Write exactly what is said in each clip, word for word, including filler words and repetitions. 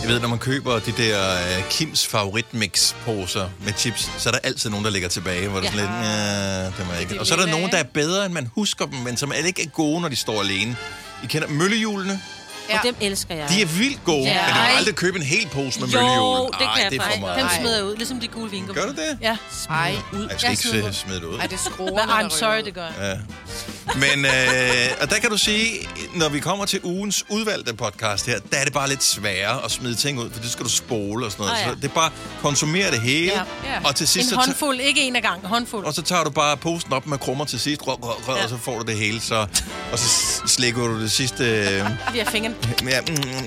Jeg ved, når man køber de der uh, Kims favoritmix-poser med chips, så er der altid nogen, der ligger tilbage, hvor ja. Der er sådan lidt, ja, det var ikke. Og så er der nogen, der er bedre, end man husker dem, men som ikke er gode, når de står alene. I kender møllehjulene? Ja. Og dem elsker jeg. De er vildt gode, ja. Men du kan aldrig købe en hel pose med møllehjul. Jo, det kan Ej, jeg det faktisk. Dem smider jeg ud, ligesom de gule vinker. Gør du det? Ja. Ej, ud. Jeg skal ikke smide, smide det ud. Ej, det skruer. I'm sorry, det gør jeg. Ja. Men, øh, og der kan du sige, når vi kommer til ugens udvalgte podcast her, der er det bare lidt sværere at smide ting ud, for det skal du spole og sådan noget. Ah, ja. Så det er bare konsumere det hele. Ja. Ja. Og til sidst, en håndfuld, ikke en af gangen, en håndfuld. Og så tager du bare posen op med krummer til sidst, rød, rød, rød, ja. Og så får du det hele. Så, og så slikker du det sidste... Øh, via fingeren. Ja, mm, mm,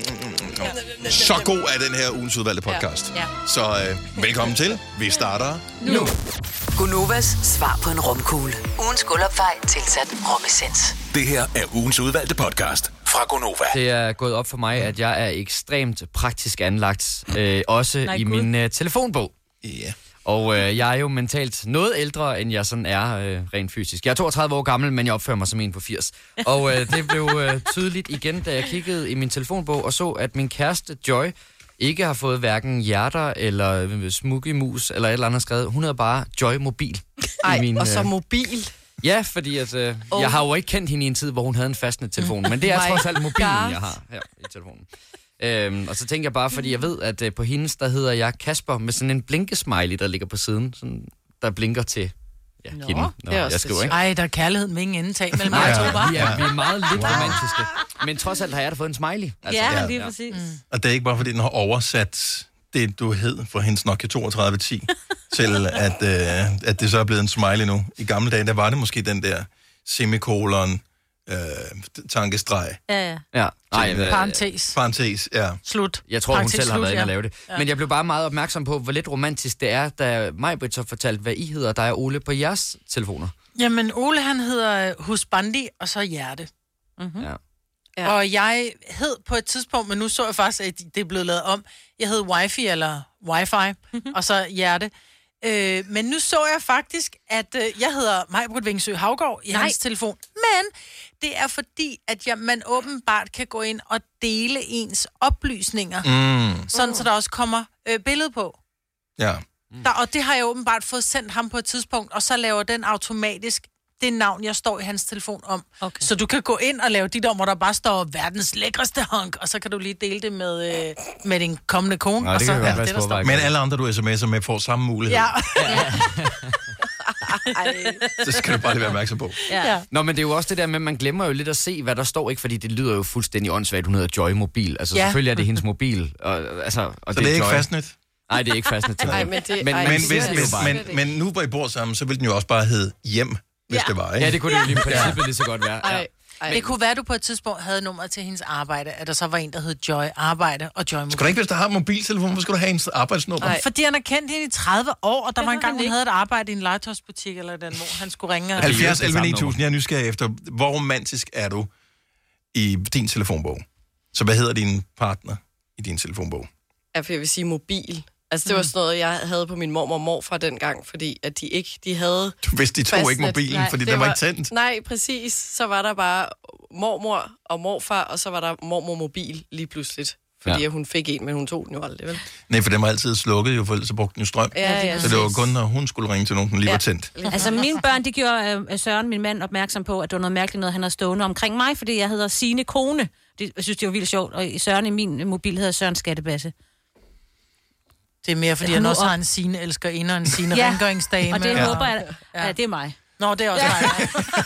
mm. Så god er den her ugens udvalgte podcast. Ja. Ja. Så øh, velkommen til. Vi starter nu. nu. Gonovas svar på en romkugle. Ugens guldopfej tilsat romessens. Det her er ugens udvalgte podcast fra Gonova. Det er gået op for mig, at jeg er ekstremt praktisk anlagt, øh, også Nej, i God. min øh, telefonbog. Ja. Yeah. Og øh, jeg er jo mentalt noget ældre, end jeg sådan er øh, rent fysisk. Jeg er toogtredive år gammel, men jeg opfører mig som en på firs. Og øh, det blev øh, tydeligt igen, da jeg kiggede i min telefonbog og så, at min kæreste Joy ikke har fået hverken hjerter eller smukke mus eller et eller andet skrevet. Hun hedder bare Joy Mobil. Ej, min, og så øh, mobil. Ja, fordi at, øh, oh. jeg har jo ikke kendt hende i en tid, hvor hun havde en fastnet-telefon. Men det er trods alt mobilen, jeg har her i telefonen. Øhm, og så tænker jeg bare, fordi jeg ved, at øh, på hendes, der hedder jeg Kasper, med sådan en blinkesmiley, der ligger på siden, sådan, der blinker til ja, Nå, hende, når jeg skriver, ikke? Ej, der er kærlighed med ingen indtag mellem mig og to, bare. Ja, vi er meget lidt wow. romantiske. Men trods alt har jeg da fået en smiley. Altså, ja, lige ja. præcis. Mm. Og det er ikke bare, fordi den har oversat det, du hed for hendes Nokia toogtredive ti, til at, øh, at det så er blevet en smiley nu. I gamle dage, der var det måske den der semikolon, øh, tankestreg. Ja, ja. ja. Nej, øh, parentes. Parentes, ja. Slut. Jeg tror, parentes hun selv slut, har været inde ja. og lave det. Ja. Men jeg blev bare meget opmærksom på, hvor lidt romantisk det er, da Majbrit så fortalte, hvad I hedder, der er Ole, på jeres telefoner. Jamen, Ole han hedder Husbandi, og så Hjerte. Mm-hmm. Ja. Ja. Og jeg hed på et tidspunkt, men nu så jeg faktisk, at det er blevet lavet om. Jeg hed Wi-Fi eller Wi-Fi, mm-hmm. og så Hjerte. Øh, men nu så jeg faktisk, at øh, jeg hedder Majbrit Vingsø Havgård i Nej. hans telefon. Men det er fordi, at jeg, man åbenbart kan gå ind og dele ens oplysninger. Mm. Sådan, så der også kommer øh, billede på. Ja. Mm. Der, og det har jeg åbenbart fået sendt ham på et tidspunkt, og så laver den automatisk det navn, jeg står i hans telefon om. Okay. Så du kan gå ind og lave dit om, hvor der bare står verdens lækreste hunk, og så kan du lige dele det med, øh, med din kommende kone. Nej, og så ja, det, det der står. Men alle andre, du sms'er med, får samme mulighed. Ja. Så skal du bare lige være opmærksom på. Ja. Nå, men det er jo også det der med, at man glemmer jo lidt at se, hvad der står, ikke? Fordi det lyder jo fuldstændig åndssvagt, hun hedder Joy Mobil. Altså ja. Selvfølgelig er det hendes mobil. Og, altså, og så det er, det er ikke Joy. Fastnet? Nej, det er ikke Fastnet. Ej, men, det, men, ej, men, hvis, hvis, men, men nu hvor I bor sammen, så vil den jo også bare hedde Hjem, hvis ja. det var, ikke? Ja, det kunne det jo lige på princippet lige så godt være. Ja. Ej. Det kunne være, du på et tidspunkt havde nummer til hendes arbejde, at der så var en, der hed Joy Arbejde og Joy Mobil. Skal du ikke, hvis der har mobiltelefon, hvor skal du have hendes arbejdsnummer? Ej. Fordi han har kendt hende i tredive år, og der det var en gang, hun havde et arbejde i en legetøjsbutik, eller den, hvor han skulle ringe. halvfjerds elleve ni tusind, jeg er nysgerrig efter, hvor romantisk er du i din telefonbog? Så hvad hedder din partner i din telefonbog? Ja, for jeg vil sige mobil. Altså, det var sådan noget, jeg havde på min mormor og morfar dengang, fordi at de ikke, de havde... Du vidste, de tog fastnet. ikke mobilen, nej, fordi den var, var ikke tændt? Nej, præcis. Så var der bare mormor og morfar, og så var der mormor mobil lige pludseligt. Fordi ja. hun fik en, men hun tog den jo aldrig, vel? Nej, for den var altid slukket, jo, for ellers så brugte den jo strøm. Ja, ja, så det var kun, når hun skulle ringe til nogen, den lige ja. var tændt. Altså, mine børn, de gjorde uh, Søren, min mand, opmærksom på, at det var noget mærkeligt noget, han havde stående omkring mig, fordi jeg hedder Signe Kone. Det, jeg synes, det var vildt sjovt. Og Søren i min mobil hedder Søren Skattebasse. Det er mere, fordi ja, han også op... har en Signe elsker ind og en Signe ja. rengøringsdame. Og det ja. håber jeg, ja. ja, det er mig. Nå, det er også ja. mig.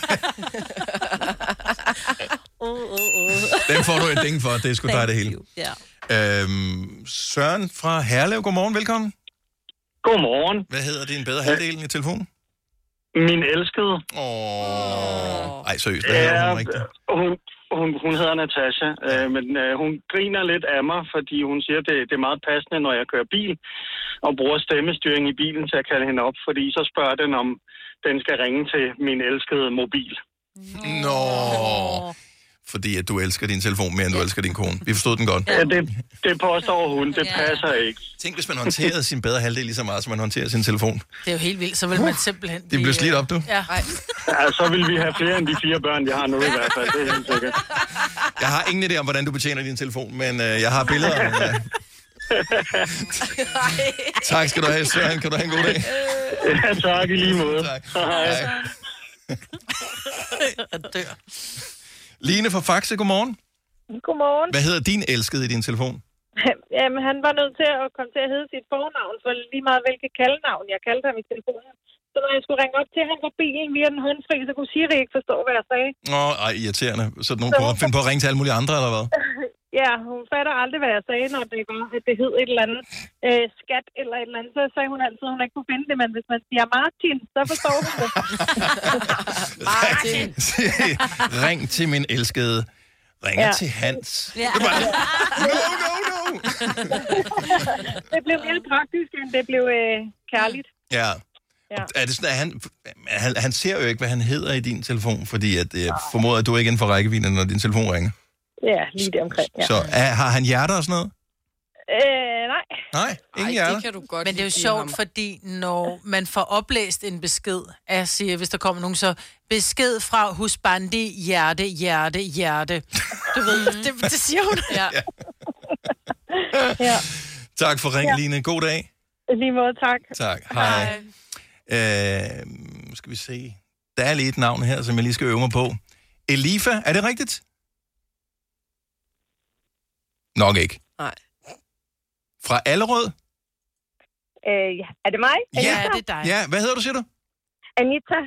uh, uh, uh. Den får du et ding for, det er sgu dig det hele. Ja. Øhm, Søren fra Herlev, godmorgen, velkommen. Godmorgen. Hvad hedder din bedre halvdel i telefonen? Min elskede. Åh, ej seriøst, hvad hedder hun rigtigt? Hun, hun, hun hedder Natasha, øh, men øh, hun griner lidt af mig, fordi hun siger, at det, det er meget passende, når jeg kører bil, og bruger stemmestyring i bilen til at kalde hende op, fordi så spørger den, om den skal ringe til min elskede mobil. Nå, fordi at du elsker din telefon mere, end du elsker din kone. Vi forstod den godt. Ja, det, det påstår hun. Det passer ikke. Tænk, hvis man håndterede sin bedre halvdel lige så meget, som man håndterer sin telefon. Det er jo helt vildt, så vil man simpelthen... Det bliver slidt op, du. Ja. Ja, så vil vi have flere end de fire børn, vi har nu i hvert fald. Det er helt sikkert. Jeg har ingen idé om, hvordan du betjener din telefon, men øh, jeg har billeder. Tak skal du have, Søren. Kan du have en god dag? Ja, tak i lige måde. Tak. Hej. Jeg dør. Line fra Faxe, godmorgen. Godmorgen. Hvad hedder din elskede i din telefon? Jamen, han var nødt til at komme til at hedde sit fornavn, for lige meget hvilket kaldenavn jeg kaldte ham i telefonen. Så når jeg skulle ringe op til ham på bilen via den håndfri, så kunne Siri ikke forstå, hvad jeg sagde. Åh, ej, irriterende. Så nogen kunne finde på at ringe til alle mulige andre, eller hvad? Ja, hun fatter aldrig, hvad jeg sagde, når det var, at det hed et eller andet øh, skat eller et eller andet. Så sagde hun altid, at hun ikke kunne finde det, men hvis man siger Martin, så forstår hun det. Martin. Ring til min elskede. Ringer ja. til Hans. Ja. Det bare, no, no, no. Det blev mere praktisk, end det blev øh, kærligt. Ja. Ja. Er det sådan, at han, han, han ser jo ikke, hvad han hedder i din telefon, fordi at, jeg formoder, at du er ikke inden for rækkevidde, når din telefon ringer. Ja, lige det omkring, ja. Så er, har han hjerter og sådan noget? Øh, nej. Nej, ingen Ej, hjerter. det kan du godt. Men det er jo give sjovt, ham. fordi når man får oplæst en besked af siger, hvis der kommer nogen, så besked fra husbandi, hjerte, hjerte, hjerte. Du ved, det, det siger hun. Ja. Ja. Tak for ring, ja. Line. God dag. Lige måde, tak. Tak. Hej. Øh, skal vi se. Der er lige et navn her, som jeg lige skal øve mig på. Elifa, er det rigtigt? Nok ikke. Nej. Fra Allerød? Øh, ja. Er det mig? Ja, Anita? det er dig. Ja, hvad hedder du, siger du? Anita.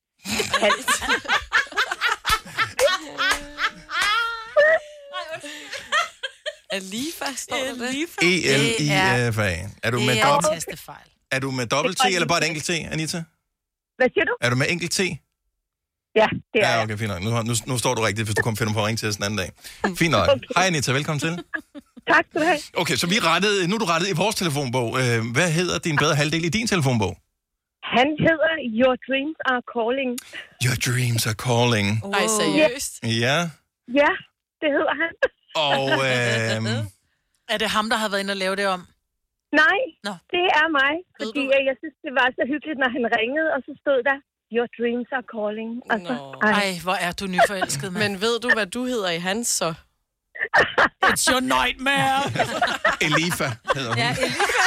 Alifa, står der det? Elifa. E L I F A. Er du med Det er en dobbelt, tastefejl. er du med dobbelt T, eller bare et enkelt T, Anita? Hvad siger du? Er du med enkelt T? Ja, det er Ja, jeg. okay, fint nok. Nu, nu, nu står du rigtigt, hvis du kommer finder på at ringe til os en anden dag. Fint nok. Okay. Hej Anita, velkommen til. Tak skal du have. Okay, så vi rettede, nu er du rettet i vores telefonbog. Øh, hvad hedder din bedre halvdel i din telefonbog? Han hedder Your Dreams Are Calling. Your dreams are calling. Ej, seriøst? Ja, Ja, det hedder han. og øh, Er det ham, der har været inde og lave det om? Nej, Nå. det er mig. Ved Fordi du- jeg, jeg synes, det var så hyggeligt, når han ringede, og så stod der, Your Dreams Are Calling. Altså, Nå. ej. Ej, hvor er du nyforelsket, mand. Men ved du, hvad du hedder i hans så? It's your nightmare. Elifa hedder hun. Ja, Elifa.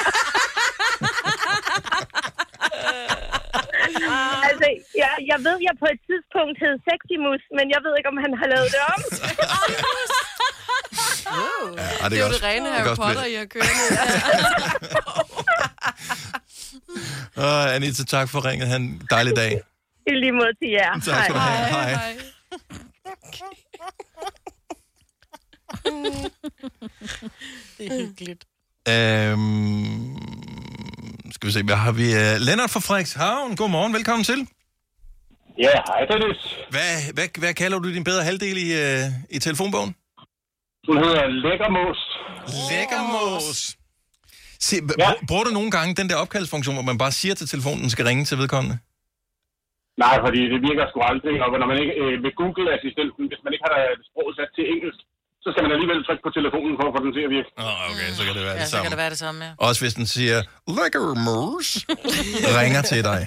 Altså, jeg, jeg ved, jeg på et tidspunkt hed Seximus, men jeg ved ikke, om han har lavet det om. Ja, det, Det er jo det rene Harry Potter, I har kørt med. Uh, Anita, tak for ringet. Han en dejlig dag. I lige måde til jer. Tak skal du have. Hej. Hej. Det er hyggeligt. Øhm, skal vi se, hvad har vi? Uh, Lennart fra Frederikshavn, godmorgen, velkommen til. Ja, hej Dennis. Hvad, hvad, hvad kalder du din bedre halvdel i, uh, i telefonbogen? Hun hedder Lækkermås. Lækkermås. Se, Ja. ja. Bruger du nogle gange den der opkaldsfunktion, hvor man bare siger til telefonen, den skal ringe til vedkommende? Nej, fordi det virker sgu aldrig, og når man ikke øh, ved Google-assistenten, hvis man ikke har sproget sat til engelsk, så skal man alligevel trykke på telefonen for at få den til at virke. Åh, oh, okay, så kan det være Ja, det så kan samme. det være det samme, ja. Også hvis den siger, Lækkermås, ringer til dig.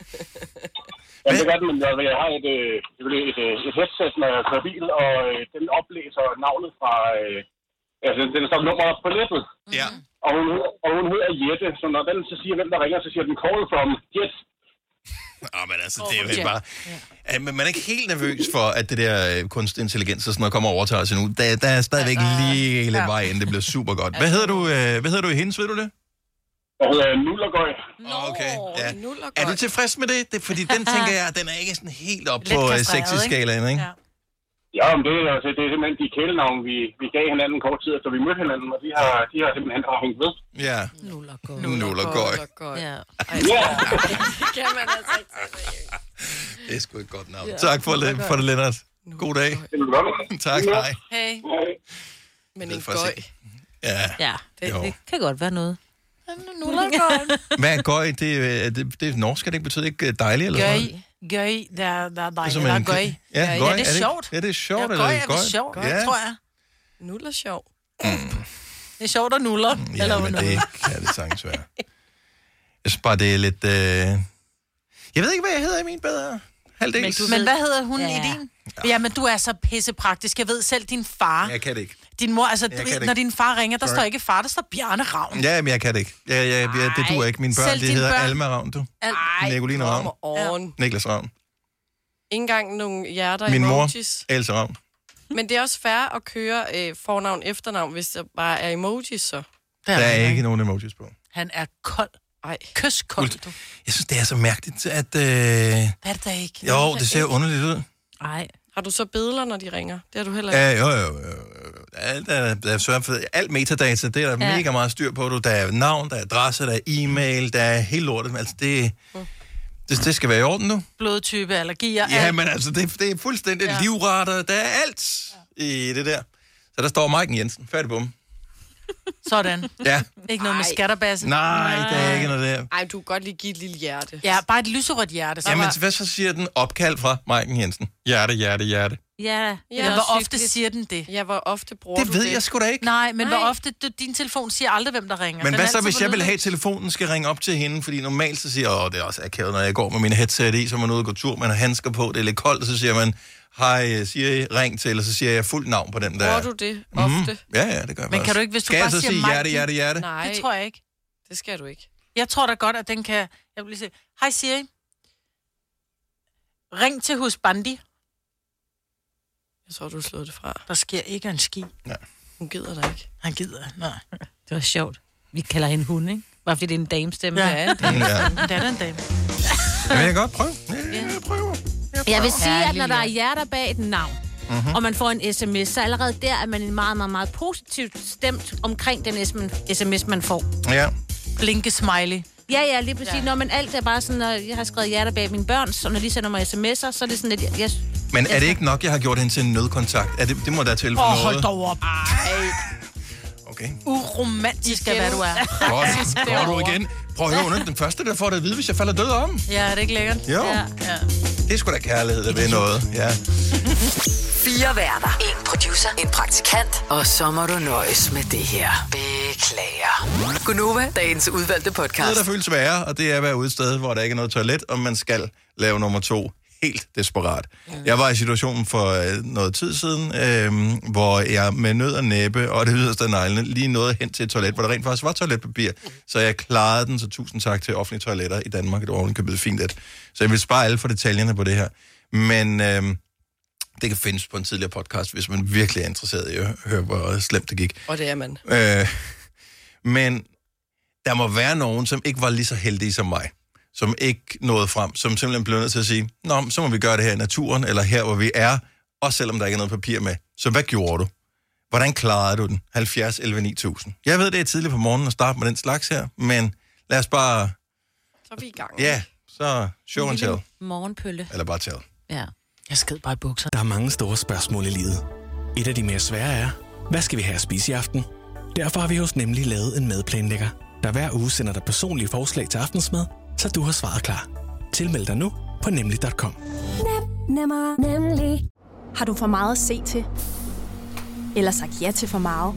Ja, det gør den, men jeg, jeg har et, øh, et, et, et headset, når jeg kører bil, og øh, den oplæser navnet fra... Øh, altså, den er så nummeret på læbet. Ja. Og hun, og hun hedder Jette, så når den så siger, hvem der ringer, så siger den call from Jet. Åh, men altså, det er jo ja. bare... Ja. Men man er ikke helt nervøs for, at det der øh, kunstig intelligens og sådan noget kommer og overtager sig nu. Der, der er stadigvæk lige lidt Ja. vej, inden det bliver super godt. Hvad hedder du, øh, hvad hedder du i hendes, ved du det? Jeg hedder Nullergøj. Okay, ja. Nullergøj. Er du tilfreds med det? det fordi den, tænker jeg, den er ikke sådan helt op Lidt på øh, kastreret, sexy-skalaen, ikke? Ja. Ja, men det, er, altså, det er simpelthen de kælenavn, vi, vi gav hinanden kort tid efter vi mødte hinanden, og de har, de har simpelthen har hængt ved. Ja. Nullergøj. Nullergøj. Nullergøj. Ja. Ej, Ja. det kan man altså ikke sige. Det er sgu et godt navn. Ja. Tak for det, for det, Lennart. God dag. Det er godt. Tak, hej. Hey. Men Det er en for at gøj. se. Ja. Ja, det, Jo. det kan godt være noget. Hvad er gøj? Det, er- det, det er norsk, er det ikke betyder ikke dejlig eller Gøy. noget? Gøy. Der, der, der, der, Som der er en- gøy. Ja, Ja, gøj. det er ikke- sjovt. Ja, det er sjovt. Ja, eller gøj er vist sjovt, Ja. tror jeg. Nuller sjov. Det er sjovt at nuller. Ja, eller men noget. det kan det sagtens være. Jeg synes bare, det er lidt... Øh... Jeg ved ikke, hvad jeg hedder i min bedre halvdel. Men hvad hedder hun Ja. i din? Ja, men du er så pissepraktisk. Jeg ved selv, din far, Jeg kan det ikke. Din mor, altså, Jeg du, kan det når ikke. din far ringer, der Sorry. står ikke far, der står Bjarne Ravn. Ja, men jeg kan det ikke. Jeg, jeg, jeg, det duer ikke. Mine børn, Selv de dine hedder børn? Alma Ravn, du. Ej, Nicoline Ravn. on. Niklas Ravn. Ikke engang nogle hjerter Min mor, emojis. Else Ravn. Men det er også fair at køre øh, fornavn efternavn, hvis der bare er emojis, så. Der er ikke nogen emojis på. Han er kold. Ej. Kyskold, du. Jeg synes, det er så mærkeligt, at... Øh... Hvad er det da ikke? Jo, det ser underligt ud. Nej. Har du så billeder, når de ringer? Det har du heller ikke. Ja, jo, jo, jo. Alt, er, der er sørget for, alt metadata, det er der ja. mega meget styr på. Du. Der er navn, der er adresse, der er e-mail, der er helt lortet. Altså, det, det, det skal være i orden nu. Blodtype, allergier. Ja, alt. men altså, det, det er fuldstændig ja. livretter. Der er alt ja. i det der. Så der står Maiken Jensen. Færdig bum. Sådan. Ja. Ikke noget med skatterbasse. Nej, der er ikke noget der. Ej, du kan godt lige give et lille hjerte. Ja, bare et lyserødt hjerte. Så Jamen, var... hvad så siger den opkald fra Maiken Jensen? Hjerte, hjerte, hjerte. Ja, ja hvor ofte siger den det? Ja, hvor ofte bruger Det du ved det? jeg sgu da ikke. Nej, men Nej. hvor ofte... Du, din telefon siger aldrig, hvem der ringer. Men Den hvad er så, altid hvis på jeg vil lydløs. have, at telefonen skal ringe op til hende? Fordi normalt så siger jeg, åh, det er også akavet, når jeg går med mine headset i, så er man ude og gå tur, man har handsker på, det er lidt koldt, og så siger man, hej, Siri, ring til, eller så siger jeg fuldt navn på den der. Bruger du det ofte? Mm, ja, ja, det gør jeg Men også. kan du ikke, hvis du skal bare jeg så siger sige Maiken? hjerte, hjerte, hjerte? Nej, Det tror jeg ikke. det skal du ikke. Jeg tror da godt, at den kan... Jeg vil lige sige, hej Siri. Ring til Husbandi. Jeg tror, du har slået det fra. Der sker ikke en ski. Ja. Hun gider dig ikke. Han gider. Nej. Det var sjovt. Vi kalder hende hun, ikke? Bare fordi det er en damestemme. Ja. Ja. Mm, ja. Det er den dame. Jeg vil godt prøve. Ja, jeg prøver. Jeg vil sige, Ja, at når der er lille. hjerter bag et navn, mm-hmm. og man får en sms, så allerede der er man en meget, meget, meget positivt stemt omkring den sms, man får. Ja. Blinke smiley. Ja, ja, lige præcis. Ja. Ja. Når man alt er bare sådan, når jeg har skrevet hjerter bag mine børn, så når de sender mig sms'er, så er det sådan lidt... Jeg, jeg, Men er det ikke nok, jeg har gjort hende til en nødkontakt? Er det, det må da til for Åh, noget. hold dog op. Okay. Uromantisk er, hvad du er. Godt. Går du igen? Prøv at høre, hun er den første, der får det at vide, hvis jeg falder død om. Ja, er det ikke lækkert? Jo. ja. Ja. Det er sgu da kærlighed, der ved noget. Ja. Fire værter. En producer. En praktikant. Og så må du nøjes med det her. Beklager. Gunova, dagens udvalgte podcast. Noget, der føles værre, og det er at være ude et sted, hvor der ikke er noget toilet, og man skal lave nummer to. Helt desperat. Jeg var i situationen for øh, noget tid siden, øh, hvor jeg med nød og næppe og det yderste af neglene lige nåede hen til et toilet, hvor der rent faktisk var toiletpapir. Så jeg klarede den, så tusind tak til offentlige toiletter i Danmark. Det var ovenikøbet fint et. Så jeg vil spare alle for detaljerne på det her. Men øh, det kan findes på en tidligere podcast, hvis man virkelig er interesseret i at høre, hvor slemt det gik. Og det er man. Øh, men der må være nogen, som ikke var lige så heldige som mig, som ikke nåede frem, som simpelthen blev nødt til at sige, nå, så må vi gøre det her i naturen, eller her, hvor vi er, også selvom der ikke er noget papir med. Så hvad gjorde du? Hvordan klarede du den? halvfjerds elleve ni tusind. Jeg ved, det er tidligt på morgenen at starte med den slags her, men lad os bare... Så er vi i gang. Ja, så show and tell. Morgenpølle. Eller bare tell. Ja. Jeg sked bare i bukser. Der er mange store spørgsmål i livet. Et af de mere svære er, hvad skal vi have at spise i aften? Derfor har vi hos Nemlig lavet en madplanlægger, der hver uge sender dig personlige forslag til aftensmad, så du har svaret klar. Tilmeld dig nu på nemlig punktum com. Nem, nemmer, nemlig. Har du for meget at se til? Eller sagt ja til for meget?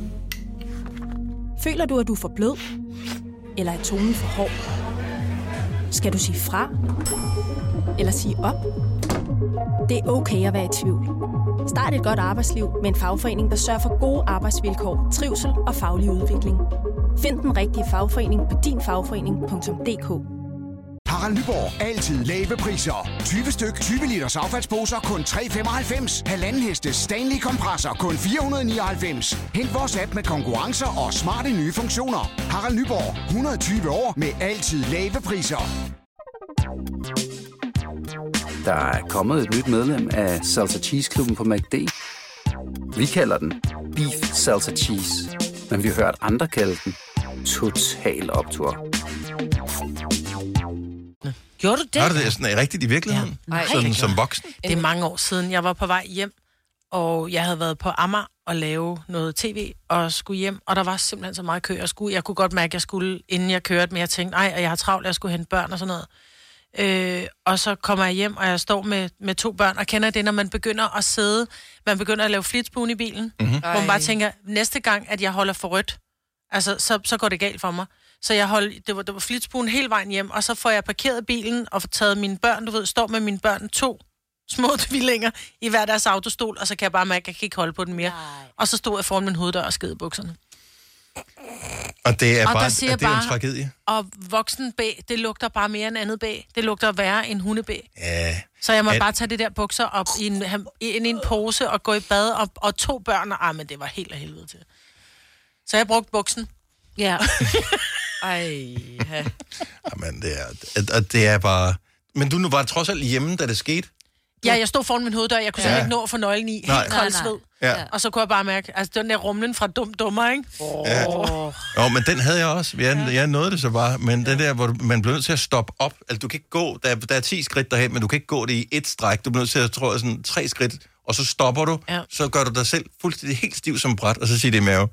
Føler du, at du er for blød? Eller er tonen for hård? Skal du sige fra? Eller sige op? Det er okay at være i tvivl. Start et godt arbejdsliv med en fagforening, der sørger for gode arbejdsvilkår, trivsel og faglig udvikling. Find den rigtige fagforening på din fagforening punktum d k. Harald Nyborg. Altid lave priser. tyve styk, tyve liters affaldsposer kun tre komma femoghalvfems. Halvanden heste Stanley kompresser kun fire hundrede nioghalvfems. Hent vores app med konkurrencer og smarte nye funktioner. Harald Nyborg. hundrede og tyve år med altid lave priser. Der er kommet et nyt medlem af Salsa Cheese Klubben på McD. Vi kalder den Beef Salsa Cheese, men vi har hørt andre kalde den Total Optur. Gjorde du det? Har du det sådan rigtigt i virkeligheden? Ja. Sådan, som voksen? Det er mange år siden. Jeg var på vej hjem, og jeg havde været på Amager og lave noget tv, og skulle hjem, og der var simpelthen så meget kø. Jeg, skulle, jeg kunne godt mærke, at jeg skulle, inden jeg kørte, men jeg tænkte, nej, jeg har travlt, jeg skulle hente børn og sådan noget. Øh, og så kommer jeg hjem, og jeg står med, med to børn, og kender det, når man begynder at sidde, man begynder at lave flitsbuen i bilen, mm-hmm. hvor man bare tænker, næste gang, at jeg holder for rødt, altså, så, så går det galt for mig. Så jeg holdt, det var, det var flitsbuen hele vejen hjem, og så får jeg parkeret bilen og får taget mine børn, du ved, står med mine børn to små tvillinger i hver deres autostol, og så kan jeg bare mærke, at jeg kan ikke holde på den mere. Nej. Og så stod jeg foran min hoveddør og skede i bukserne. Og det er og bare der siger det er bare, en tragedie. Og voksen B, det lugter bare mere end andet B. Det lugter værre end hunde B. Ja. Så jeg må At... bare tage det der bukser op i en, ind i en pose og gå i bad, og, og to børn, og ah, men det var helt af helvede til. Så jeg brugte buksen. Ja. Ej, ja. Jamen, det er, og det er bare... Men du nu var trods alt hjemme, da det skete? Ja, jeg stod foran min hoveddør, jeg kunne ja. simpelthen ikke nå at få nøglen i. Nej. Helt kold sved. Ja. Og så kunne jeg bare mærke, altså den der rumlen fra dum dummer, ikke? Oh. Ja. Jo, men den havde jeg også. Jeg, jeg nåede det så bare. Men den der, hvor man bliver nødt til at stoppe op. Altså, du kan ikke gå, der, der er ti skridt derhen, men du kan ikke gå det i et stræk. Du bliver nødt til at, tror jeg, sådan tre skridt, og så stopper du. Ja. Så gør du dig selv fuldstændig helt stiv som bræt, og så siger det i mave.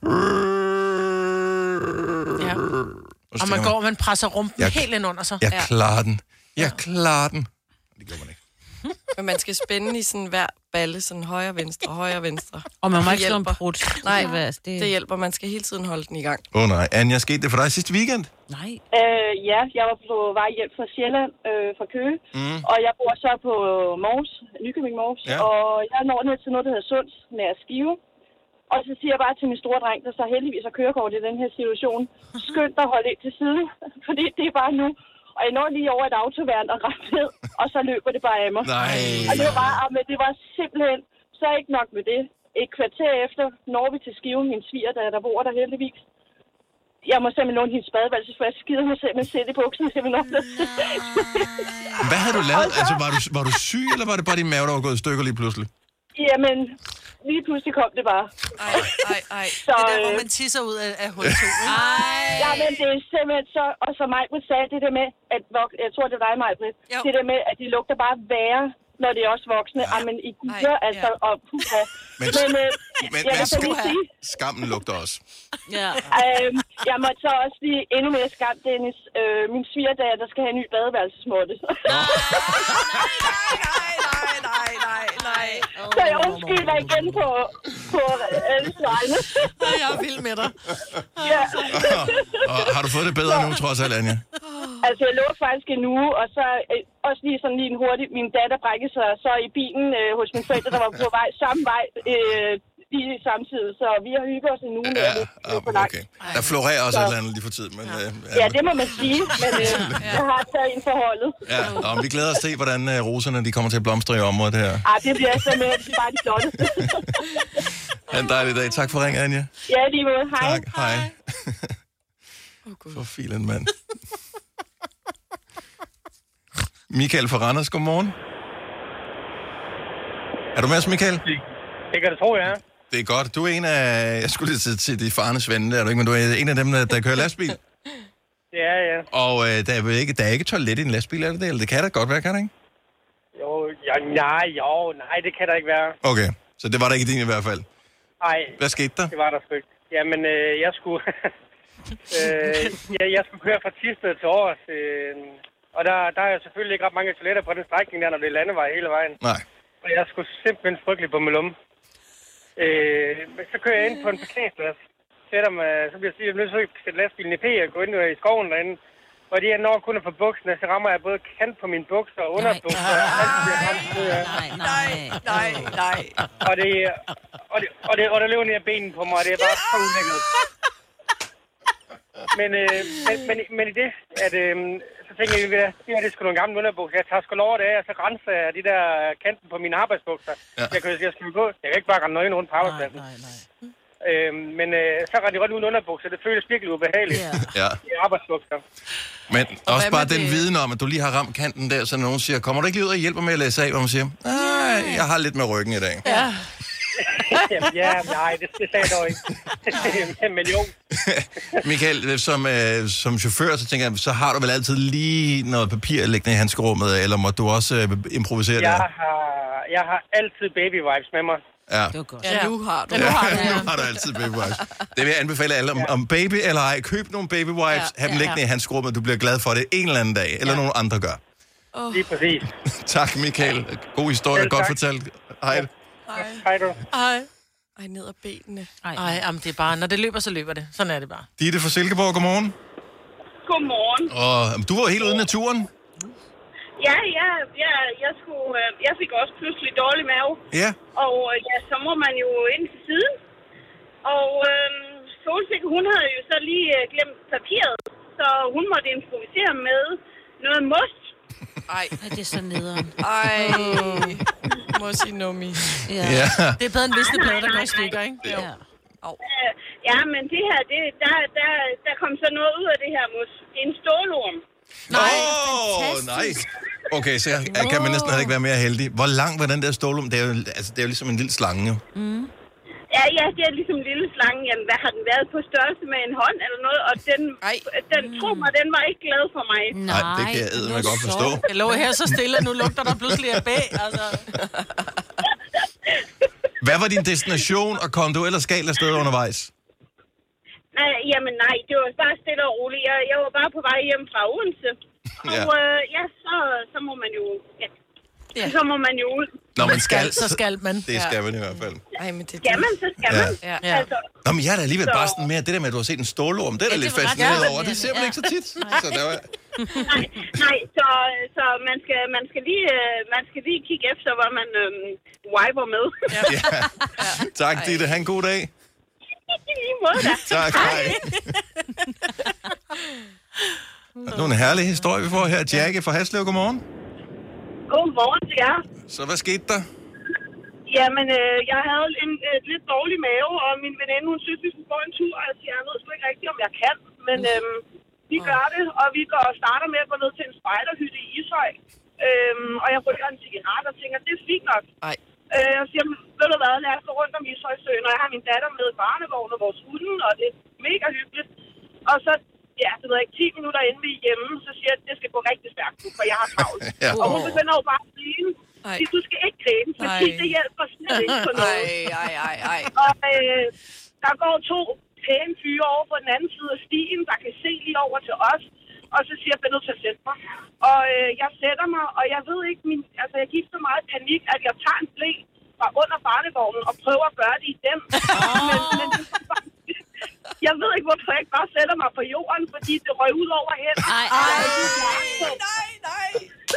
Ja. Og, og man går, og man presser rumpen jeg, helt ind under sig. Jeg klarer den. Jeg klarer den. Det gør man ikke. Men man skal spænde i sådan hver balle, sådan højre, venstre, højre, venstre. Og man må ikke slå en brud. Nej, det, det hjælper. Man skal hele tiden holde den i gang. Åh oh, nej. Anja, skete det for dig sidste weekend? Nej. Øh, ja, jeg var på vej hjem fra Sjælland, øh, fra Køge. Mm. Og jeg bor så på Mors, Nykøbing Mors. Ja. Og jeg når ned til noget, der hedder Sunds, nær Skive. Og så siger jeg bare til min store dreng, der så heldigvis har kørekort i den her situation, skynd dig at holde ind til siden, fordi det er bare nu. Og jeg når lige over et autoværn og ret ned, og så løber det bare af mig. Nej. Og det var bare, men det var simpelthen, så ikke nok med det. Et kvarter efter når vi til Skive, min svigerdatter, der bor der heldigvis. Jeg må simpelthen låne hendes badeværelse, for jeg skider mig simpelthen sætte i buksen. Hvad havde du lavet? Altså, var du, var du syg, eller var det bare din mave, der var gået i stykker lige pludselig? Jamen, lige pludselig kom det bare. Ej, ej, ej. Så, det der, hvor man tisser ud af, af hul to. Ja, men det er simpelthen så... Og så Maj-Brit sagde det der med, at... Jeg tror, det var dig, Maj-Brit. Det der med, at de lugter bare værre, når de er også voksne. Ja. Men I guder, altså... Og, puha. Men, men, øh, men, jeg men kan lige sige... Skammen lugter også. Ja. øhm, jeg måtte så også lige endnu mere skam, Dennis. Øh, min svigerdatter, der skal have en ny badeværelsesmåtte. Nej, nej, nej, nej, nej, nej. Oh, så jeg undskylder igen på, på alle vegne. Jeg er vild med dig. Ja. Og har du fået det bedre nu, trods alt, Anja? Altså, jeg lå faktisk en uge, og så øh, også lige sådan lige en hurtig... Min datter brækkede sig så i bilen øh, hos mine forældre, der var på vej samme vej øh, lige samtidig. Så vi har hygget os en uge. Ja, ja, okay. Der florerer også så. Et eller andet lige for tid. Men, ja. Øh, ja, det må man sige, men øh, jeg har taget en forholdet. Ja, og vi glæder os til, hvordan øh, roserne de kommer til at blomstre i området her. Ah, det bliver simpelthen bare de flotte. Ha' en dejlig dag. Tak for ringen, Anja. Ja, lige måde. Hej. Tak, hej. For filen, mand. Michael fra Randers, godmorgen. Er du med os, Michael? Det kan du tro, ja. Det er godt. Du er en af... Jeg skulle lige til, til de farnes venner, er du ikke? Men du er en af dem, der, der kører lastbil. Ja, ja. Og øh, der, er ikke, der er ikke toilet i en lastbil, er det det? Eller det kan da godt være, kan det ikke? Jo, ja, nej, jo, nej, det kan der ikke være. Okay, så det var der ikke din i hvert fald? Nej. Hvad skete der? Det var der sgu ikke. Jamen, øh, jeg skulle... øh, jeg, jeg skulle køre fra Thisted til Aarhus, øh, og der, der er selvfølgelig ikke ret mange toiletter på den strækning der, når det er landevej hele vejen. Nej. Og jeg skulle simpelthen frygtelig på min lomme. Øh, så kører jeg ind på en parkeringsplads. Sætter mig, så bliver jeg sige, at jeg er nødt til at sætte lastbilen i P og gå ind i skoven derinde. Og det er når kun at få bukserne, så rammer jeg både kant på mine bukser og underbukser. Nej, nej, nej, nej. Og det, og det, og det, og der løber ned af benen på mig, og det er bare så ulækkert. Men, øh, men, men, men i det, at øh, så tænker jeg, at det her det er sgu nogle gamle underbukser. Jeg tager sgu lov af det af, og så renser jeg de der kanten på mine arbejdsbukser. Ja. Jeg kan jeg skal gå. Jeg kan ikke bare rende nøgen rundt på arbejdspladsen. Nej, nej, nej. Øh, men øh, så render de rundt uden underbukser. Det føles virkelig ubehageligt. Ja. I arbejdsbukser. Men og også bare den det? viden om, at du lige har ramt kanten der, så nogen siger, kommer du ikke lige ud og hjælper med at læse af, hvor man siger, nej, jeg har lidt med ryggen i dag. Ja. Jamen, ja, nej, det, det sagde jeg dog ikke. Men jo. Michael, som, øh, som chauffør, så tænker jeg, så har du vel altid lige noget papir liggende i handskerummet, eller må du også øh, improvisere jeg det? Har, jeg har altid baby wipes med mig. Ja. Det var godt. Ja, nu har du. Ja, nu har du, ja. Nu har du altid baby wipes. Det vil jeg anbefale alle, om, om baby eller ej. Køb nogle baby wipes, ja. Have dem liggende ja. I handskerummet, du bliver glad for det en eller anden dag, eller ja. Nogen andre gør. Oh. Lige præcis. Tak, Michael. God historie, Selv, godt tak. fortalt. Hej. Hej. Hej du. Ej. Ej, ned ad benene. Ej, Ej jamen, det er bare, når det løber, så løber det. Sådan er det bare. Ditte fra Silkeborg, godmorgen. Godmorgen. Og du var helt ude i naturen? Ja, ja, ja, jeg, skulle, øh, jeg fik også pludselig dårlig mave. Ja. Og øh, ja, så må man jo ind til siden. Og øh, Solsikke, hun havde jo så lige øh, glemt papiret, så hun måtte improvisere med noget most. Ej, det er så nederen. Ej, mosi nummi. Ja. Ja. Det er bedre end visneplader, der går i stykker, ikke? Ja. Øh, ja, men det her, det, der, der, der kom så noget ud af det her mos. Det er en stålorm. Nej, oh, nice. Okay, så jeg, jeg kan man næsten heller ikke være mere heldig. Hvor lang var den der stålum? Det er jo, altså, det er jo ligesom en lille slange, jo. Mm. Ja, ja, det er ligesom en lille slange. Jamen, hvad har den været på størrelse med en hånd eller noget? Og den, den tro mig, den var ikke glad for mig. Nej, det kan jeg eddermame godt forstå. Jeg lå her så stille, nu lugter der pludselig af bag, altså. Hvad var din destination, og kom du ellers galt afsted undervejs? Nej, jamen nej, det var bare stille og roligt. Jeg, jeg var bare på vej hjem fra Odense. Og Ja. øh, ja, så, så må man jo... Ja. Ja. Så må man jo ud. Når man skal, så skal man. Det skal man i hvert fald. Ej, men det, skal man, så skal Ja. man. Ja. Altså, Nå, men jeg er da alligevel Så- bare sådan mere, det der med, at du har set en stålorm, det er da Ja, lidt det var ret fascineret over. fascinerende, Det ser man ja. ikke så tit. Så der var... nej, nej, så, så man, skal, man, skal lige, øh, man skal lige kigge efter, hvad man øhm, wiper med. Ja. Tak, Ditte. Ha' en god dag. I lige måde da. Tak, hej. Nu er en herlig historie, vi får her. Jackie fra Haslev, godmorgen. Godmorgen til jer. Så hvad skete der? Jamen, øh, jeg havde en øh, lidt dårlig mave, og min veninde, hun synes, vi skulle gå en tur, og jeg siger, jeg ved sgu ikke rigtigt, om jeg kan, men øhm, vi gør det, og vi går og starter med at gå ned til en spejderhytte i Ishøj, øhm, og jeg ryger en cigaret og tænker, det er fint nok. Ej. Øh, jeg siger, ved du hvad, lad os gå rundt om Ishøjsøen, og jeg har min datter med i barnevogn og vores hunde, og det er mega hyggeligt. Og så, ja, det ved jeg ikke, ti minutter inden vi er hjemme, så siger jeg, at det skal gå rigtig stærkt, for jeg har travlt. Ja. Og hun begynder jo bare at grine. Sige, du skal ikke grine, fordi Ej. det hjælper slet ikke på noget. Ej, ej, ej, ej. Og øh, der går to pæne fyre over på den anden side af stien, der kan se lige over til os. Og så siger jeg, at jeg er nødt til at sætte mig. Og øh, jeg sætter mig, og jeg ved ikke, min, altså jeg gik så meget panik, at jeg tager en blæ fra under barnevognen og prøver at gøre det i dem. Men, men jeg ved ikke, hvorfor jeg ikke bare sætter mig på jorden, fordi det røg ud over hen. Ej, ej, nej, nej.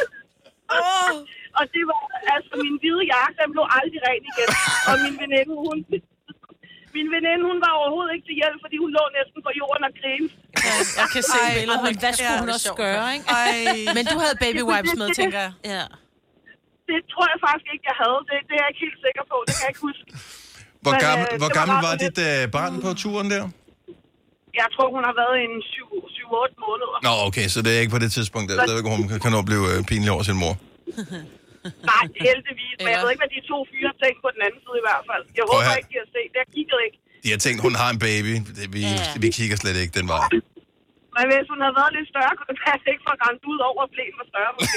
Oh. Og det var, altså min hvide jakke, den blev aldrig ren igen. Og min veninde, hun... Min veninde, hun var overhovedet ikke til hjælp, fordi hun lå næsten på jorden og grinede. Ja, jeg kan se Ej, billedet. men hvad skulle Ja, hun det er også sjovt. gøre, ikke? Ej. Men du havde baby wipes med, tænker jeg. Ja. Det tror jeg faktisk ikke, jeg havde. Det, det er jeg ikke helt sikker på. Det kan jeg ikke huske. Hvor Men, gammel, øh, hvor det var gammel bare var sådan dit øh, barn på turen der? Jeg tror, hun har været en syv otte måneder. Nå, okay, så det er ikke på det tidspunkt, der stadigvæk, hun kan nå blive øh, pinlig over sin mor. Nej, heldigvis. Men jeg ved ikke, hvad de to fyre tænkte på den anden side i hvert fald. Jeg Prøv håber her. ikke, de har set det. Jeg kiggede ikke. De har tænkt, hun har en baby. Det, vi, Ja. vi kigger slet ikke den vej. Men hvis hun havde været lidt større, kunne det passe ikke for at rende ud over, at plænen var større måske.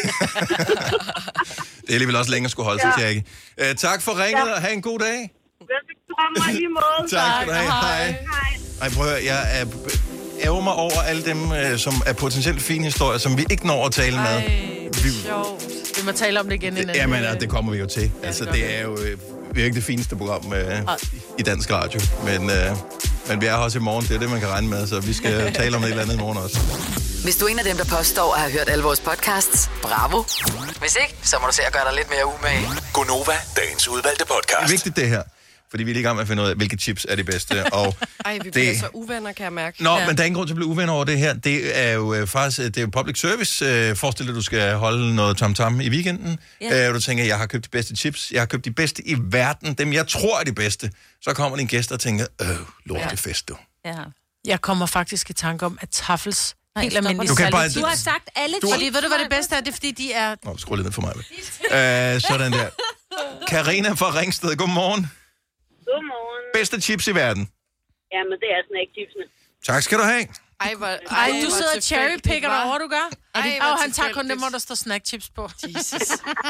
Det er alligevel også længere at skulle holde sig, Ja. Jackie. Uh, tak for ringet, og have en god dag. Velbekomme mig i lige måde. Tak skal du have. Hej. Hej. Ej, prøv at høre, jeg er ærger mig over alle dem, øh, som er potentielt fine historier, som vi ikke når at tale med. Vi, Vi må tale om det igen en anden. jamen, ja, det kommer vi jo til. Altså, det er jo øh, virkelig det fineste program øh, i dansk radio. Men, øh, men vi er her også i morgen, det er det, man kan regne med, så vi skal tale om det et eller andet i morgen også. Hvis du er en af dem, der påstår at have hørt alle vores podcasts, bravo. Hvis ikke, så må du se at gøre dig lidt mere umage. Gonova, dagens udvalgte podcast. Det er vigtigt, det her. Fordi vi er lige i gang med at finde ud af, hvilke chips er de bedste. Og Ej, vi bliver så uvenner, kan jeg mærke. Nå, ja. Men der er ingen grund til at blive uvenner over det her. Det er jo øh, faktisk det er jo public service. Øh, forestil dig, at du skal holde noget tam-tam i weekenden. Ja. Øh, du tænker, jeg har købt de bedste chips. Jeg har købt de bedste i verden. Dem, jeg tror er de bedste. Så kommer din gæst og tænker, øh, lortefest, du. Ja. Jeg kommer faktisk i tanke om, at Tafels Nej, helt stop. almindelige Du kan bare- salte Du har sagt alle Du har- Fordi ved du, hvad det bedste er? Det er, fordi de er... Nå, skru lidt ned for mig. øh, sådan der. Karina fra Ringsted, godmorgen. Godmorgen. Bedste chips i verden. Jamen, det er snackchipsene. Tak skal du have. Ej, hvor, Ej, du sidder og cherrypicker derovre, du gør. Ej, Ej, hvor og han tager kun tilfældigt. dem, hvor der står snackchips på. Jesus.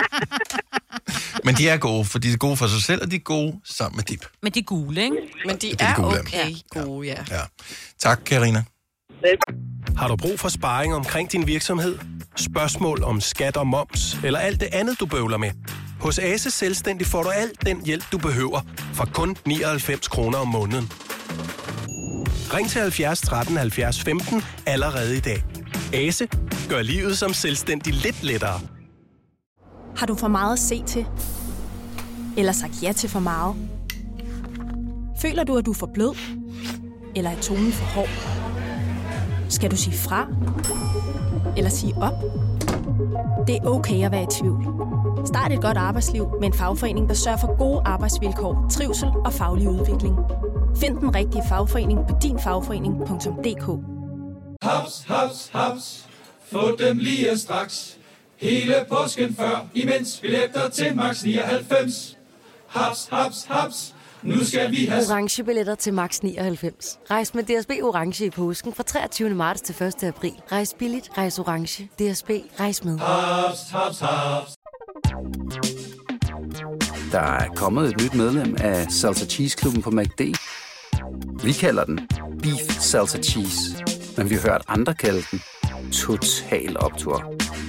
Men de er gode, for de er gode for sig selv, og de er gode sammen med dip. Men de er gule, ikke? Men de Det er er de gule, okay gode, ja. Ja. Tak, Karina. Har du brug for sparring omkring din virksomhed? Spørgsmål om skat og moms, eller alt det andet, du bøvler med? Hos Ase Selvstændig får du alt den hjælp, du behøver, for kun nioghalvfems kroner om måneden. Ring til halvfjerds tretten halvfjerds femten allerede i dag. Ase gør livet som selvstændig lidt lettere. Har du for meget at se til? Eller sagt ja til for meget? Føler du, at du er for blød? Eller er tonen for hård? Skal du sige fra? Eller sige op? Det er okay at være i tvivl. Start et godt arbejdsliv med en fagforening, der sørger for gode arbejdsvilkår, trivsel og faglig udvikling. Find den rigtige fagforening på din fagforening punktum d k. Haps, haps, haps. Få dem lige straks. Hele påsken før, imens billetter til max nioghalvfems. Haps, haps, haps. Nu skal vi have orange billetter til max nioghalvfems. Rejs med D S B Orange i påsken fra treogtyvende marts til første april. Rejs billigt, rejs orange. D S B, rejs med. haps, haps, haps. Der er kommet et nyt medlem af Salsa Cheese Klubben på McD. Vi kalder den Beef Salsa Cheese, men vi har hørt andre kalde den Total Optur.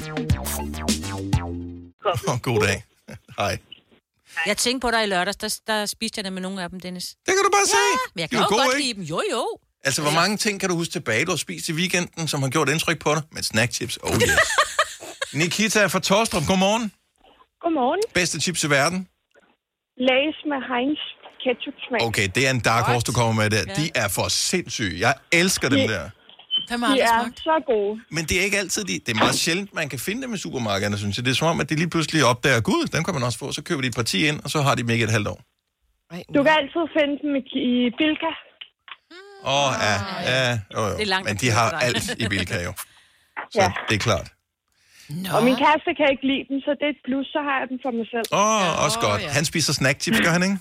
Oh, god dag. Hej. Jeg tænkte på dig i lørdags, der, der spiste jeg dem med nogle af dem, Dennis. Det kan du bare se. Ja, men jeg kan De er jo gode, godt ikke? lide dem. Jo, jo. Altså, hvor mange ting kan du huske tilbage, du har spist i weekenden, som har gjort indtryk på dig? Med snackchips, oh yes. Nikita fra Torstrup, godmorgen. Godmorgen. Bedste chips i verden? Lay's med Heinz ketchup-smag. Okay, det er en dark horse, du kommer med der. De er for sindssyge. Jeg elsker dem der. Dem De er så gode. Men det er ikke altid, de, det er meget sjældent, man kan finde dem i supermarkederne, synes jeg. Det er som om, at de lige pludselig opdager, gud, dem kan man også få. Så køber de et parti ind, og så har de dem ikke et halvt år. Du kan altid finde dem i, i Bilka. Åh, oh, ja, ja, jo, jo. Det er langt Men de at har købe dig. alt i Bilka jo. Så Ja. det er klart. Nå. Og min kæreste kan ikke lide dem, så det er et plus, så har jeg dem for mig selv. Åh, oh, også godt. Han spiser snackchips, gør han ikke?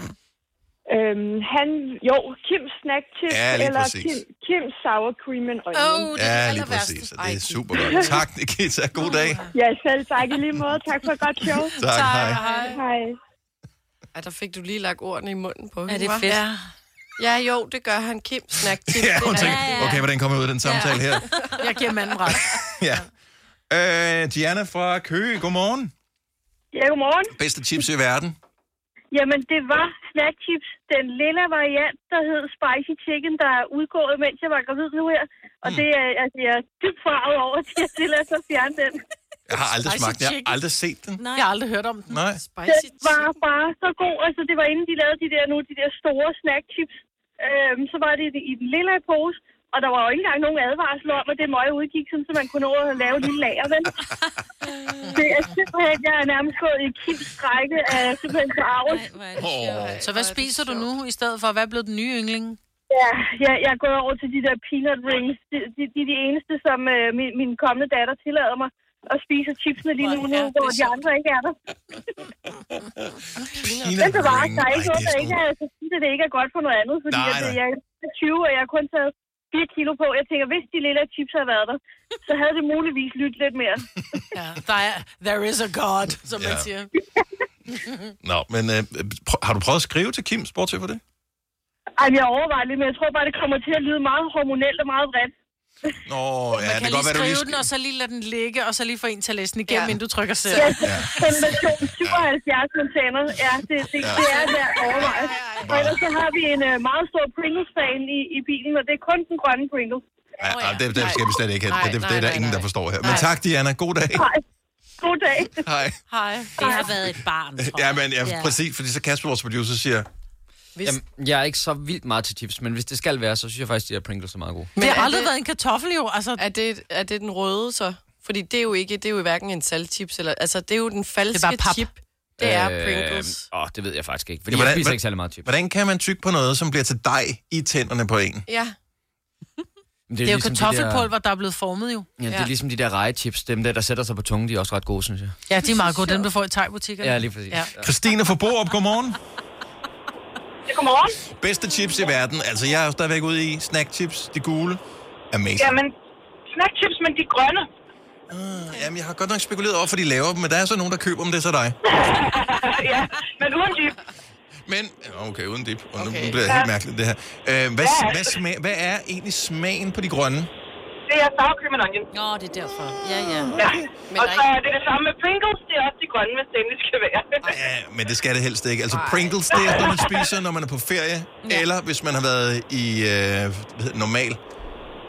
Øhm, han, jo, Kims snack chips, Ja, lige eller præcis. Kim, Kims sour cream and onion. Oh, Ja, lige præcis. Og det er super godt. Tak, Nikita. God dag. Ja, selv tak i lige måde. Tak for et godt show. Tak, hej. hej. Hej. Ej, der fik du lige lagt ordene i munden på hende, det hva'? fedt? Ja. Ja, jo, det gør han. Kim snack chips. Ja, hun Det er- tænker, okay, hvordan kommer jeg ud af den samtale her? Jeg giver manden ret. Ja. Øh, Diana fra Køge, godmorgen. Ja, godmorgen. Bedste chips i verden? Jamen, det var snack chips. Den lille variant, der hed Spicy Chicken, der er udgået, mens jeg var gravid nu her. Og mm. det er, altså, jeg er dybt farvet over, at jeg tillader sig at fjerne den. Jeg har aldrig Spicy smagt den. Jeg chicken. har aldrig set den. Nej. Jeg har aldrig hørt om den. Nej. Den var bare så god. Altså, det var inden de lavede de der nu, de der store snack chips. Øhm, så var det i den lille pose. Og der var jo ikke engang nogen advarsel om, at det møg udgik, sådan, så man kunne nå at lave en lille lager, vel? Det er simpelthen, jeg er nærmest gået i Kims strække af simpelthen forarvet. Så hvad spiser du nu i stedet for? Hvad er blevet den nye yndling? Ja, jeg, jeg er gået over til de der peanut rings. De, de, de er de eneste, som øh, min, min kommende datter tillader mig at spise chipsene lige nu, nu hvor de andre ikke er der. Men så var der er ikke noget, der ikke er, så synes jeg, det ikke er godt for noget andet, fordi Nej, at, nej. jeg er tyve, og jeg har kun taget fire kilo på. Jeg tænker, hvis de lille chips havde været der, så havde det muligvis lyttet lidt mere. Ja, der er, there is a God, som man Ja. siger. Nå, men øh, prøv, har du prøvet at skrive til Kim, bortset for det? Ej, jeg overvejer lidt, men jeg tror bare, det kommer til at lyde meget hormonelt og meget vredt. Nå, ja, Man det kan kan lige godt være, du skrive lige den, og så lige lade den ligge, og så lige få en til at læse den igennem, Ja. inden du trykker selv. Ja, den version syvoghalvfjerds container, ja, det, det, Ja. det er der overvejet. Og ellers så har vi en uh, meget stor Pringles-fan i, i bilen, og det er kun den grønne Pringles. Ja, oh, ja. Det, det skal vi slet ikke have. Nej, Det, det, det er nej, der ingen, nej, der forstår her. Men tak, Diana. God dag. Hej. God dag. Hej. Hej. Det har været et barn, tror Ja, jeg. men ja, Ja. præcis, fordi så Kasper, vores producer, siger... Hvis... Jamen, jeg er ikke så vildt meget til chips, men hvis det skal være, så synes jeg faktisk, at de her Pringles er meget gode. Det har er aldrig det- været en kartoffel, jo. Altså, Er det, er det den røde så? Fordi det er jo ikke, det er jo hverken en saltchips, eller, altså det er jo den falske Det er bare pap. chip. Det er Øh, Pringles. Åh, det ved jeg faktisk ikke, fordi Ja, ja, hvordan- jeg spiser hvordan- ikke særlig meget chips. Hvordan kan man tygge på noget, som bliver til dej i tænderne på en? Ja. Men det er jo ligesom de kartoffelpulver, der er blevet formet, jo. Der, ja, det er ligesom de der rejechips, dem der, der sætter sig på tungen, de er også ret gode, synes jeg. Ja, de er meget gode, dem du får i thai-butikkerne. Ja, lige præcis. Ja. Christine fra Borup, godmorgen. Godmorgen. Bedste chips i verden. Altså, jeg er jo stadigvæk ude i snackchips, de gule. Amazing. Jamen, snackchips, men de grønne. Uh, jamen, jeg har godt nok spekuleret over, for de laver dem, men der er så nogen, der køber dem, det er så dig. Ja, men uden dip. Men, okay, uden dip. Og nu okay. bliver det helt mærkeligt, det her. Uh, hvad, Ja. hvad, smag, hvad er egentlig smagen på de grønne? Det er sour cream and onion. Nå, det er derfor. Ja, ja. Ja. Og så er det det samme med Pringles. Det er også de grønne, hvis det endelig skal være. Ja, men det skal det helst ikke. Altså, Pringles, det er noget, man spiser, når man er på ferie, ja. eller hvis man har været i øh, hvad hedder det, normal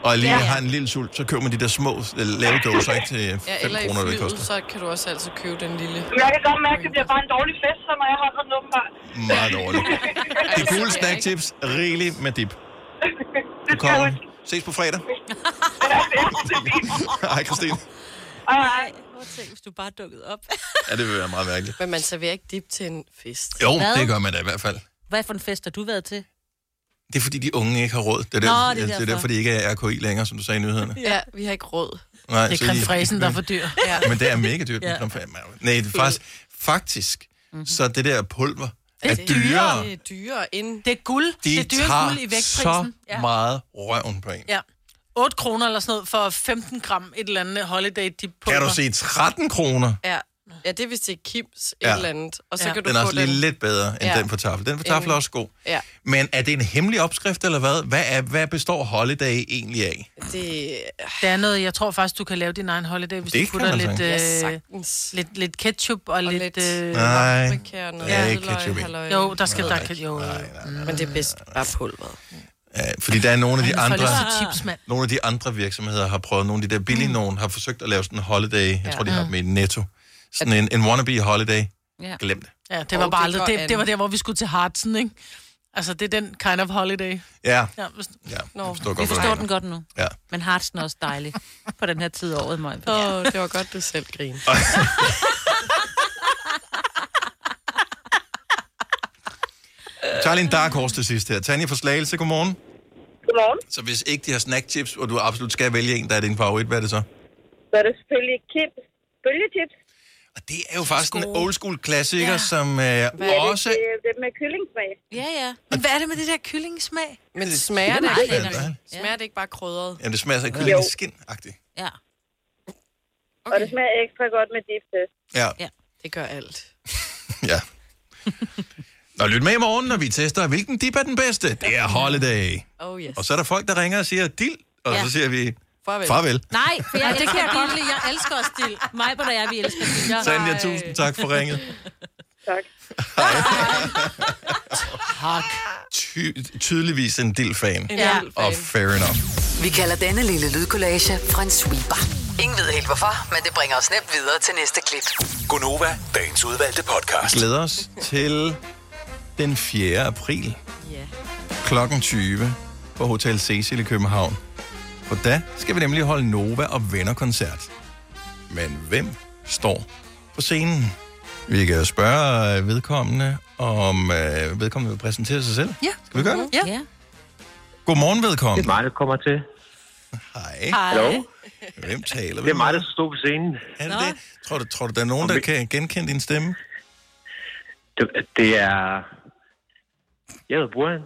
og lige Ja. har en lille sult, så køber man de der små øh, lave dåser, ikke til Ja, fem eller i kroner, det flyet, koster. så kan du også altid købe den lille. Jeg kan godt mærke, at det bliver bare en dårlig fest, så når jeg holder den åbenbart. Meget dårligt. De gule snackchips, rigeligt med dip. Du kommer. Ses på fredag. Hej, Christine. Ej, hvor tænk, hvis du bare dukkede op. Ja, det vil være meget mærkeligt. Men man serverer ikke dip til en fest. Jo, Hvad? det gør man da i hvert fald. Hvad for en fest har du været til? Det er fordi, de unge ikke har råd. Det er, der, Nå, det er det er derfor. derfor, de ikke er R K I længere, som du sagde i nyhederne. Ja, vi har ikke råd. Nej, Det så er de- creme fraichen, der er for dyr. Ja. Men det er mega dyrt med Ja. creme fraiche. Nej, det er faktisk, faktisk Mhm. så det der pulver er Det er dyrere. Det er dyrere end... Det er guld. De det er dyre tager guld i vægtprisen. så Ja. meget røven på en. Ja. otte kroner eller sådan noget for femten gram et eller andet holiday dip pulver. Kan du se tretten kroner? Ja. Ja, det er hvis det er Kims et Ja. eller andet. Og så Ja. kan du Den er få også den... lige lidt bedre end Ja. den på tafel. Den på tafel er også god. Ja. Men er det en hemmelig opskrift, eller hvad? Hvad, er, hvad består holiday egentlig af? Det... Det er noget, jeg tror faktisk, du kan lave din egen holiday, hvis Det du kan putter man lidt, sagtens. Ja, øh, sagtens. lidt, lidt ketchup og, og lidt... lidt Øh, Nej, paprika og noget ja, ikke hvidløg, ketchup i. halløj. jo, der skal Nej, der kan jo... nej, nej, nej. Men det er bedst bare pulveret. Ja, fordi der er nogle af de Jeg får andre... lyst til chips, mand. Nogle af de andre virksomheder har prøvet, nogle af de der billige mm. nogen har forsøgt at lave sådan en holiday. Jeg Ja. tror, de har dem i Netto. Sådan en, en wannabe holiday. Ja. Glem det. Ja, det var Og bare det aldrig... går Det, an. det var der, hvor vi skulle til Hartsen, ikke? Altså, det er den kind of holiday. Ja, Ja, hvis, ja. Nå, Jeg forstår Vi godt, hvad forstår du den mener. godt nu. Ja. Men Hartsen er også dejlig på den her tid af året, Møj. Åh, oh, det var godt, du selv griner. Tager lige en dark horse til sidst her. Tanja fra Slagelse, godmorgen. Godmorgen. Så hvis ikke de har snackchips, og du absolut skal vælge en, der er din favorit, hvad er det så? Så er det selvfølgelig chips. Bølgechips. Og det er jo faktisk en old school klassiker, Ja. som øh, Ja, også... det, det, det er med kyllingsmag. Ja, ja. men hvad er det med det der kyllingesmag? Men det smager det, meget ikke? lækkert. Smager det ikke bare krydret? Jamen, det smager så kyllingeskin-agtigt. Ja. Okay. Og det smager ekstra godt med dip til. Ja, Ja. Det gør alt. ja. Nå, lyt med i morgen, når vi tester, hvilken dip er den bedste. Det er holiday. Oh yes. Og så er der folk, der ringer og siger, dild, og Ja. så siger vi, Farvel. farvel. Nej, for jeg, Ja, det kan jeg godt lide. Jeg elsker også stil. Mig og jeg, vi elsker stil. Jeg, Sandja, tusind tak for ringet. Tak. Tak. Ty- tydeligvis en dild-fan. En Ja. lille Og fan. fair enough. Vi kalder denne lille lydkollage en sweeper. Ingen ved helt hvorfor, men det bringer os nemt videre til næste klip. Gonova, dagens udvalgte Vi podcast. glæder os til den fjerde april Ja. klokken tyve på Hotel Cecil i København. For da skal vi nemlig holde Nova og Venner-koncert. Men hvem står på scenen? Vi kan spørge vedkommende, om øh, vedkommende vil præsentere sig selv. Ja. Skal vi gøre det? Ja. Ja. Godmorgen, Det er vedkommende. mig, der kommer til. Hej. Hallo? Hvem taler vi Det er mig, med? der skal stå på scenen. Er det det? Tror du, tror du, der er nogen, der kan genkende din stemme? Det, det er... Jeg hedder Burhan.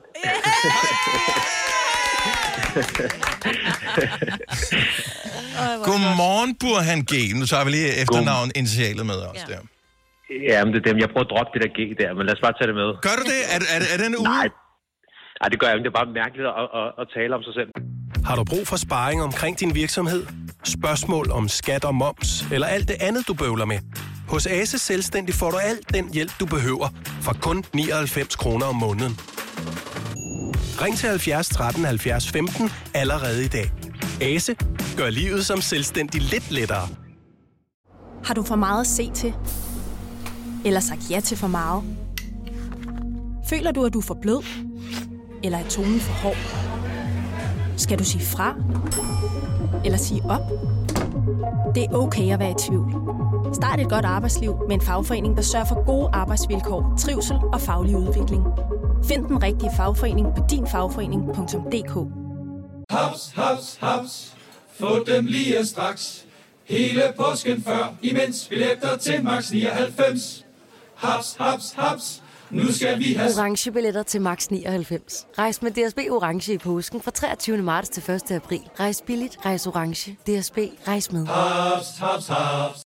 Godmorgen, Burhan G. Nu tager vi lige efternavn initialet med os Ja. der. Ja, men det er dem. Jeg prøver at droppe det der G der, men lad os bare tage det med. Gør du det? Er, er, er den uge? Nej. Nej, det gør jeg ikke. Det er bare mærkeligt at, at, at tale om sig selv. Har du brug for sparring omkring din virksomhed? Spørgsmål om skat og moms, eller alt det andet, du bøvler med? Hos Ase Selvstændig får du alt den hjælp, du behøver, for kun nioghalvfems kroner om måneden. Ring til halvfjerds tretten halvfjerds femten allerede i dag. Ase gør livet som selvstændig lidt lettere. Har du for meget at se til? Eller sagt ja til for meget? Føler du, at du er for blød? Eller er tonen for hård? Skal du sige fra? Eller sige op? Det er okay at være i tvivl. Start et godt arbejdsliv med en fagforening, der sørger for gode arbejdsvilkår, trivsel og faglig udvikling. Find den rigtige fagforening på din fagforening punktum d k. Haps, haps, haps. Få dem lige straks. Hele påsken før, imens billetter til max nioghalvfems. Haps, haps, haps. Nu skal vi have... Orange billetter til max nioghalvfems. Rejs med D S B Orange i påsken fra treogtyvende marts til første april. Rejs billigt, rejs orange. D S B, rejs med. Haps, haps, haps.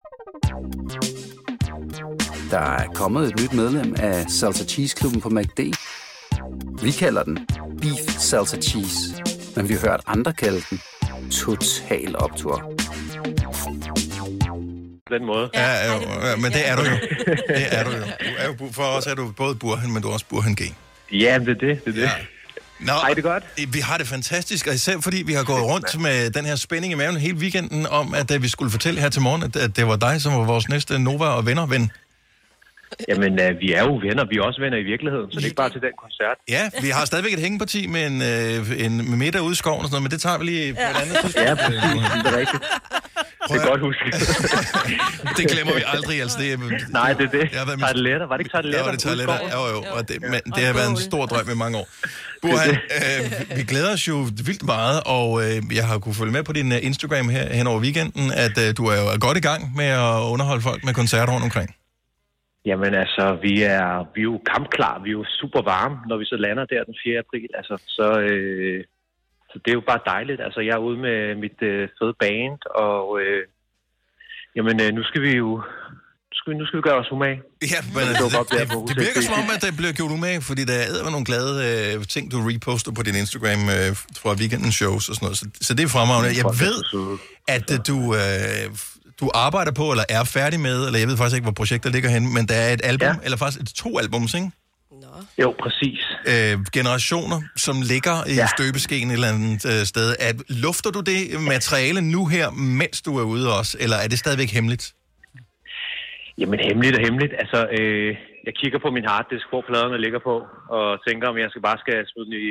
Der er kommet et nyt medlem af Salsa Cheese Klubben på McD. Vi kalder den Beef Salsa Cheese, men vi har hørt andre kalde den Total Optur. Den måde. Ja, jo, ja, men det er du jo. Det er du jo. Du er jo bu- for os er du både Burhan, men du er også Burhan G. Ja, det er det. det, er det. Ja. Nå, Ej, det godt. Vi har det fantastisk, og især fordi vi har gået rundt med den her spænding i maven hele weekenden om, at uh, vi skulle fortælle her til morgen, at, at det var dig, som var vores næste Nova og venner-ven. Jamen, øh, vi er jo venner. Vi er også venner i virkeligheden, så det er ikke bare til den koncert. Ja, vi har stadigvæk et hængeparti med en, øh, en med middag ude i skoven og sådan noget, men det tager vi lige på ja. et andet tidspunkt. Ja, præcis. Det er rigtigt. Det er godt huske. Det glemmer vi aldrig, altså. Det er, Nej, det er det. Tager det lettere. Var det ikke tager det lettere? Ja, det tager lettere. Jo, jo. Og det, men, det har været en stor drøm i mange år. Burhan, øh, vi glæder os jo vildt meget, og øh, jeg har kunne følge med på din uh, Instagram her hen over weekenden, at øh, du er jo godt i gang med at underholde folk med koncerter rundt omkring. Jamen altså, vi er, vi er jo kampklar, vi er jo super varme, når vi så lander der den fjerde april, altså, så, øh, så det er jo bare dejligt. Altså, jeg er ude med mit øh, fede band, og øh, jamen, øh, nu skal vi jo, nu skal vi, nu skal vi gøre os umage. Ja, men det, det, det, det virker som om, at der bliver gjort umage, fordi der er nogle glade øh, ting, du reposter på din Instagram øh, fra weekendens shows og sådan noget, så, så det er fremragende. Jeg ved, at øh, du... Øh, du arbejder på, eller er færdig med, eller jeg ved faktisk ikke, hvor projekter ligger henne, men der er et album, ja. eller faktisk et, to albums, ikke? Nå. Jo, præcis. Øh, generationer, som ligger i ja. støbeskeen et eller andet øh, sted. At, lufter du det materiale nu her, mens du er ude også, eller er det stadigvæk hemmeligt? Jamen, hemmeligt og hemmeligt. Altså, øh, jeg kigger på min harddisk, hvor pladerne ligger på, og tænker, om jeg skal bare skal smide dem, i,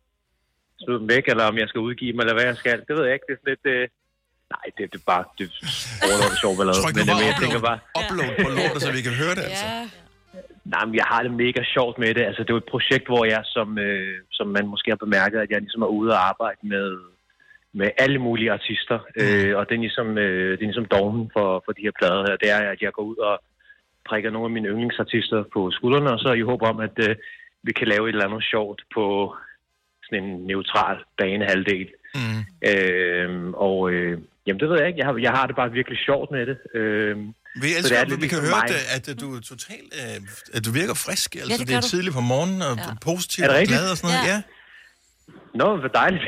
smide dem væk, eller om jeg skal udgive dem, eller hvad jeg skal. Det ved jeg ikke. Det er sådan lidt... Øh, Nej, det, det er bare det er det sjovt, hvad lavet. Tryk nu bare upload, bare... upload på lortet, så vi kan høre det, altså. Nej, men jeg har det mega sjovt med det. Altså, det er jo et projekt, hvor jeg, som, øh, som man måske har bemærket, at jeg ligesom er ude og arbejde med, med alle mulige artister. Mm. Øh, og det er ligesom, øh, det er ligesom dogmen for, for de her plader her. Det er, at jeg går ud og prikker nogle af mine yndlingsartister på skuldrene, og så er jeg i håb om, at øh, vi kan lave et eller andet sjovt på sådan en neutral banehalvdel. Mm. Øh, og øh, jamen det ved jeg ikke. Jeg har, jeg har det bare virkelig sjovt med det. Øh, vi elsker, det vi kan høre, at, at du er totalt, øh, at du virker frisk. Altså, ja, det, det er tidligt på morgenen og ja. positivt og glad og sådan noget. Ja. ja. Nå, hvor dejligt.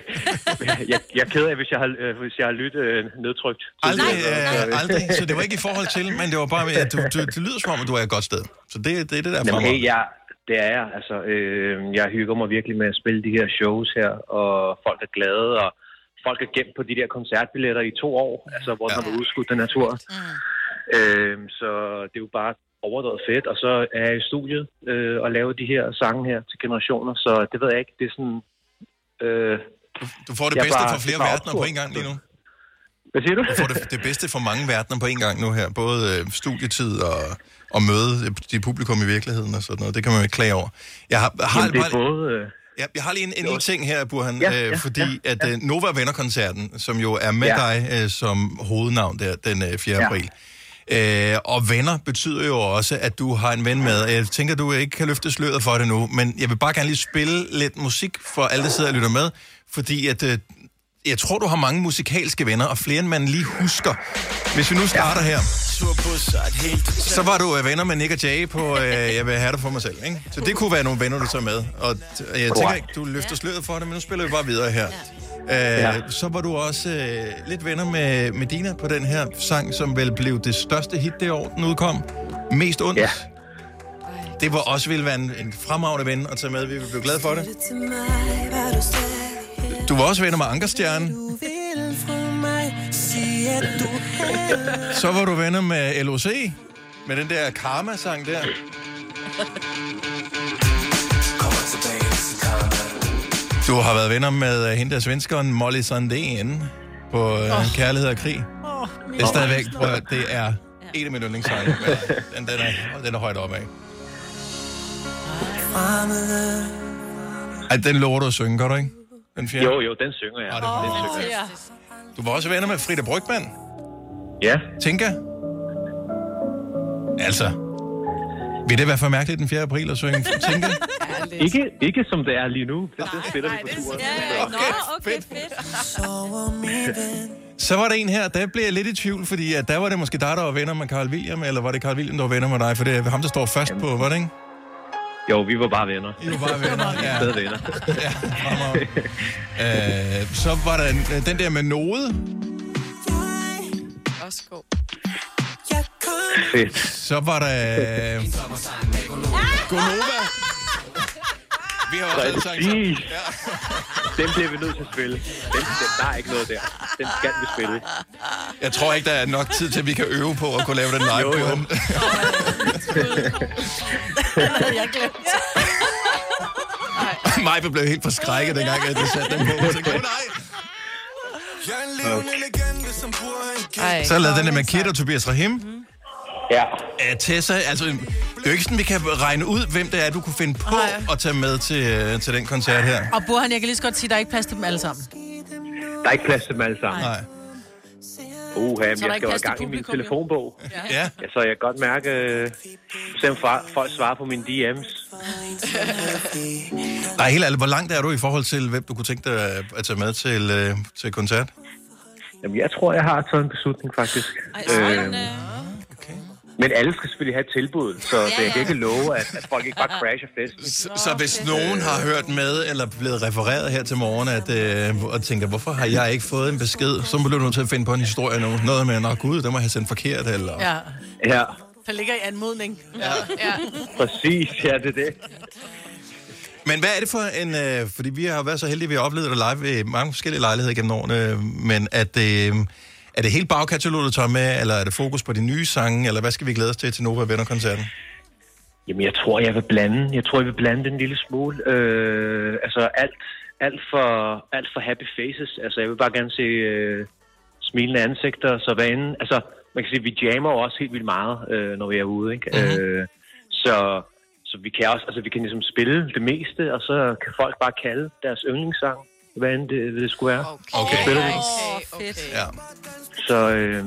jeg, jeg er ked af, hvis jeg har, hvis jeg har lyttet øh, nedtrykt. Aldrig, øh, aldrig. Så det var ikke i forhold til, men det var bare med, at du, du, det lyder som om, at du er et godt sted. Så det, det er det der fremad. Hey, jeg, det er jeg. Altså, øh, jeg hygger mig virkelig med at spille de her shows her, og folk er glade, og folk er gemt på de der koncertbilletter i to år, altså hvor ja. der var udskudt den her tur. Mm. Øh, så det er jo bare overdrevet fedt, og så er jeg i studiet øh, og laver de her sange her til generationer, så det ved jeg ikke, det er sådan... Øh, du, du får det bedste fra flere verdener på en gang lige nu. Hvad siger du? Du får det, det bedste fra mange verdener på en gang nu her, både øh, studietid og, og møde dit publikum i virkeligheden og sådan noget, det kan man jo ikke klage over. Jeg har, har Jamen, det er både... Øh... Ja, jeg har lige en, en lille ting her, Burhan, ja, ja, øh, fordi ja, ja. at uh, Nova Venner-koncerten, som jo er med ja. dig uh, som hovednavn der den uh, fjerde april, ja. uh, og venner betyder jo også, at du har en ven med. Jeg tænker, du ikke kan løfte sløret for det nu, men jeg vil bare gerne lige spille lidt musik for alle, der sidder og lytter med, fordi at... Uh, jeg tror, du har mange musikalske venner, og flere end man lige husker. Hvis vi nu starter her, så var du venner med Nick og Jay på øh, Jeg vil have dig for mig selv, ikke? Så det kunne være nogle venner, du tager med. Og t- jeg tænker ikke, du løfter sløret for det, men nu spiller vi bare videre her. Øh, så var du også øh, lidt venner med Medina på den her sang, som vel blev det største hit det år, den udkom. Mest ondt. Ja. Det var også ville være en, en fremragende ven at tage med. Vi vil blive glade for det. Du var også venner med Ankerstjernen. Så var du venner med L O C. Med den der Karma-sang der. Du har været venner med hende der svenskeren Molly Sandén på oh. Kærlighed og Krig. Oh, det er stadigvæk, prøv, det er en af mine yndlingssange. Den, den, er, den er højt op af. Ej, den lover du at synge, gør du ikke? Den fjerde? Jo, jo, den synger jeg. Ja, den synger jeg. Du var også venner med Frida Brygmann. Ja. Tinka? Altså, vil det være for mærkeligt den fjerde april at synge Tinka? ikke, ikke som det er lige nu. Det, det spiller vi på turen. Ja, okay, okay, fedt. Så var der en her, der blev jeg lidt i tvivl, fordi at der var det måske dig, der var venner med Carl William, eller var det Carl William, der var venner med dig? For det er ham, der står først på, var det ikke? Jo, vi var bare venner. I var bare venner, ja. Stadig venner. ja, øh, så var der den, den der med Node. Også god. Fedt. Så var der... Øh, Gonova. Vi har også alle sange. Ja. Den bliver vi nødt til at spille. Den, den, der er ikke noget der. Den skal vi spille. Jeg tror ikke, der er nok tid til, at vi kan øve på at kunne lave den live. Jo, jo. Jeg glemte. Majbe blev helt forskrækket, dengang jeg satte den på. Så tænkte, oh, nej. Okay. Så lavede den der med Kid og Tobias Rahim. Mm. Ja. Uh, Tessa, altså, det er jo ikke sådan, vi kan regne ud, hvem det er, du kunne finde på Ej. at tage med til, til den koncert her. Og Burhan, jeg kan lige så godt sige, at der er ikke plads til dem alle sammen. Der er ikke plads til dem alle sammen. Nej. Uha, jeg skal jo have gang i min telefonbog. Ja. Ja. Ja, så jeg kan godt mærke, at folk svarer på mine D M's. Nej, helt ærligt, hvor langt er du i forhold til, hvem du kunne tænke dig at tage med til, til koncert? Jamen, jeg tror, jeg har taget en beslutning, faktisk. Ej, øhm, okay. Men alle skal selvfølgelig have et tilbud, så ja, ja. Jeg kan ikke love, at, at folk ikke bare crasher festen. Så, så hvis nogen har hørt med, eller blevet refereret her til morgen, at, øh, og tænker, hvorfor har jeg ikke fået en besked, så bliver du nødt til at finde på en historie nu. Noget med, nå gud, det må jeg have sendt forkert, eller... Ja. Ja. Der ligger i anmodning. Ja. Ja. Præcis, ja, det er det. Men hvad er det for en... Øh, fordi vi har været så heldige, at vi har oplevet det live ved mange forskellige lejligheder gennem årene, men at... Øh, er det helt bagkataloget, du tager med, eller er det fokus på de nye sange, eller hvad skal vi glæde os til til Nova Venner-koncerten? Jamen, jeg tror, jeg vil blande. Jeg tror, jeg vil blande den lille smule. Øh, altså, alt, alt, for, alt for happy faces. Altså, jeg vil bare gerne se øh, smilende ansigter, så hvad end... Altså, man kan sige, vi jammer jo også helt vildt meget, øh, når vi er ude, ikke? Mm-hmm. Øh, så, så vi kan også... Altså, vi kan ligesom spille det meste, og så kan folk bare kalde deres yndlingssang, hvad end det, det skulle være. Okay. Så spiller vi. Okay, fedt. Ja. Så... Øh,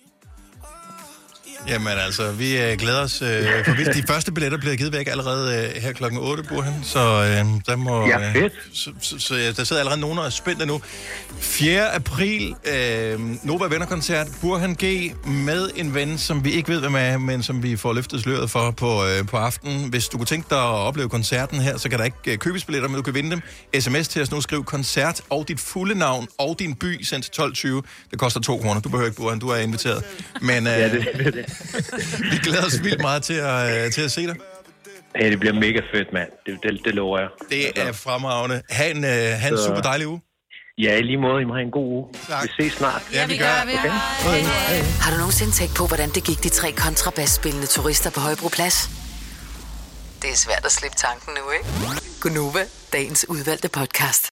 Jamen altså, vi øh, glæder os, øh, for hvis de første billetter bliver givet væk allerede øh, her klokken otte, Burhan, så øh, der må... Ja, fedt. Øh, så, så, så der sidder allerede nogen og er spændte nu. fjerde april, øh, Nova Venner-koncert, Burhan G med en ven, som vi ikke ved, hvem er, men som vi får løftet sløret for på, øh, på aftenen. Hvis du kunne tænke dig at opleve koncerten her, så kan der ikke øh, købes billetter, men du kan vinde dem. S M S til os nu, skriv koncert og dit fulde navn og din by, sendt til tolv tyve. Det koster to kroner. Du behøver ikke, Burhan, du er inviteret. Men... Øh, ja, det er det. Vi glæder os vildt meget til at, til at se dig. Ja, det bliver mega fedt, mand. Det, det, det lover jeg. Det er fremragende. Ha' en, uh, ha en super dejlig uge. Ja, i lige måde. I må have en god uge. Tak. Vi ses snart. Ja, vi gør. Okay. Hej. Hej. Har du nogensinde tænkt på, hvordan det gik de tre kontrabasspillende turister på Højbroplads? Det er svært at slippe tanken nu, ikke? Gunova, dagens udvalgte podcast.